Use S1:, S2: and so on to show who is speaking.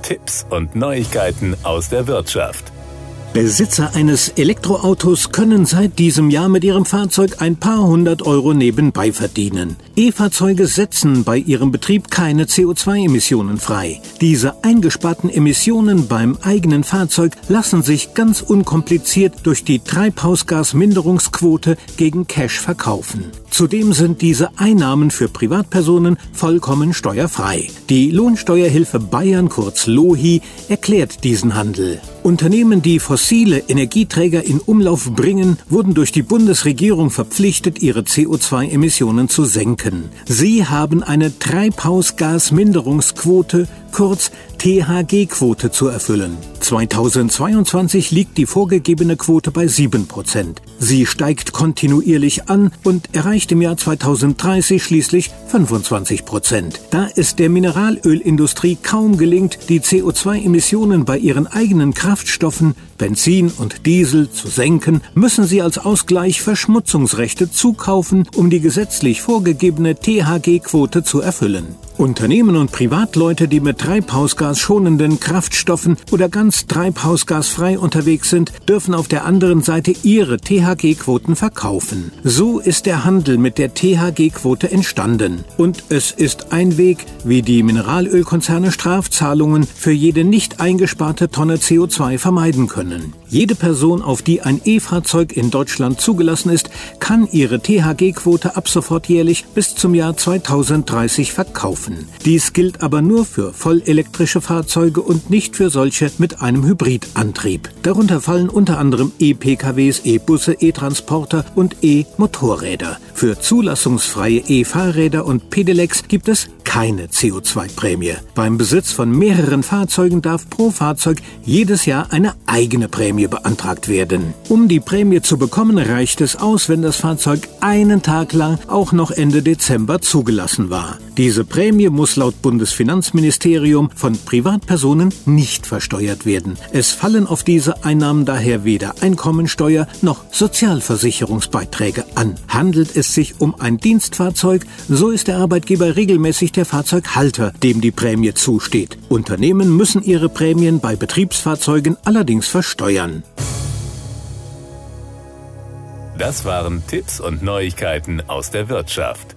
S1: Tipps und Neuigkeiten aus der Wirtschaft.
S2: Besitzer eines Elektroautos können seit diesem Jahr mit ihrem Fahrzeug ein paar hundert Euro nebenbei verdienen. E-Fahrzeuge setzen bei ihrem Betrieb keine CO2-Emissionen frei. Diese eingesparten Emissionen beim eigenen Fahrzeug lassen sich ganz unkompliziert durch die Treibhausgasminderungsquote gegen Cash verkaufen. Zudem sind diese Einnahmen für Privatpersonen vollkommen steuerfrei. Die Lohnsteuerhilfe Bayern, kurz LOHI, erklärt diesen Handel. Unternehmen, die fossile Energieträger in Umlauf bringen, wurden durch die Bundesregierung verpflichtet, ihre CO2-Emissionen zu senken. Sie haben eine Treibhausgasminderungsquote, kurz THG-Quote, zu erfüllen. 2022 liegt die vorgegebene Quote bei 7%. Sie steigt kontinuierlich an und erreicht im Jahr 2030 schließlich 25%. Da es der Mineralölindustrie kaum gelingt, die CO2-Emissionen bei ihren eigenen Kraftstoffen, Benzin und Diesel, zu senken, müssen sie als Ausgleich Verschmutzungsrechte zukaufen, um die gesetzlich vorgegebene THG-Quote zu erfüllen. Unternehmen und Privatleute, die mit treibhausgasschonenden Kraftstoffen oder ganz treibhausgasfrei unterwegs sind, dürfen auf der anderen Seite ihre THG-Quoten verkaufen. So ist der Handel mit der THG-Quote entstanden. Und es ist ein Weg, wie die Mineralölkonzerne Strafzahlungen für jede nicht eingesparte Tonne CO2 vermeiden können. Jede Person, auf die ein E-Fahrzeug in Deutschland zugelassen ist, kann ihre THG-Quote ab sofort jährlich bis zum Jahr 2030 verkaufen. Dies gilt aber nur für vollelektrische Fahrzeuge und nicht für solche mit einem Hybridantrieb. Darunter fallen unter anderem E-PKWs, E-Busse, E-Transporter und E-Motorräder. Für zulassungsfreie E-Fahrräder und Pedelecs gibt es keine CO2-Prämie. Beim Besitz von mehreren Fahrzeugen darf pro Fahrzeug jedes Jahr eine eigene Prämie beantragt werden. Um die Prämie zu bekommen, reicht es aus, wenn das Fahrzeug einen Tag lang auch noch Ende Dezember zugelassen war. Diese Prämie muss laut Bundesfinanzministerium von Privatpersonen nicht versteuert werden. Es fallen auf diese Einnahmen daher weder Einkommensteuer noch Sozialversicherungsbeiträge an. Handelt es sich um ein Dienstfahrzeug, so ist der Arbeitgeber regelmäßig der Fahrzeughalter, dem die Prämie zusteht. Unternehmen müssen ihre Prämien bei Betriebsfahrzeugen allerdings versteuern.
S1: Das waren Tipps und Neuigkeiten aus der Wirtschaft.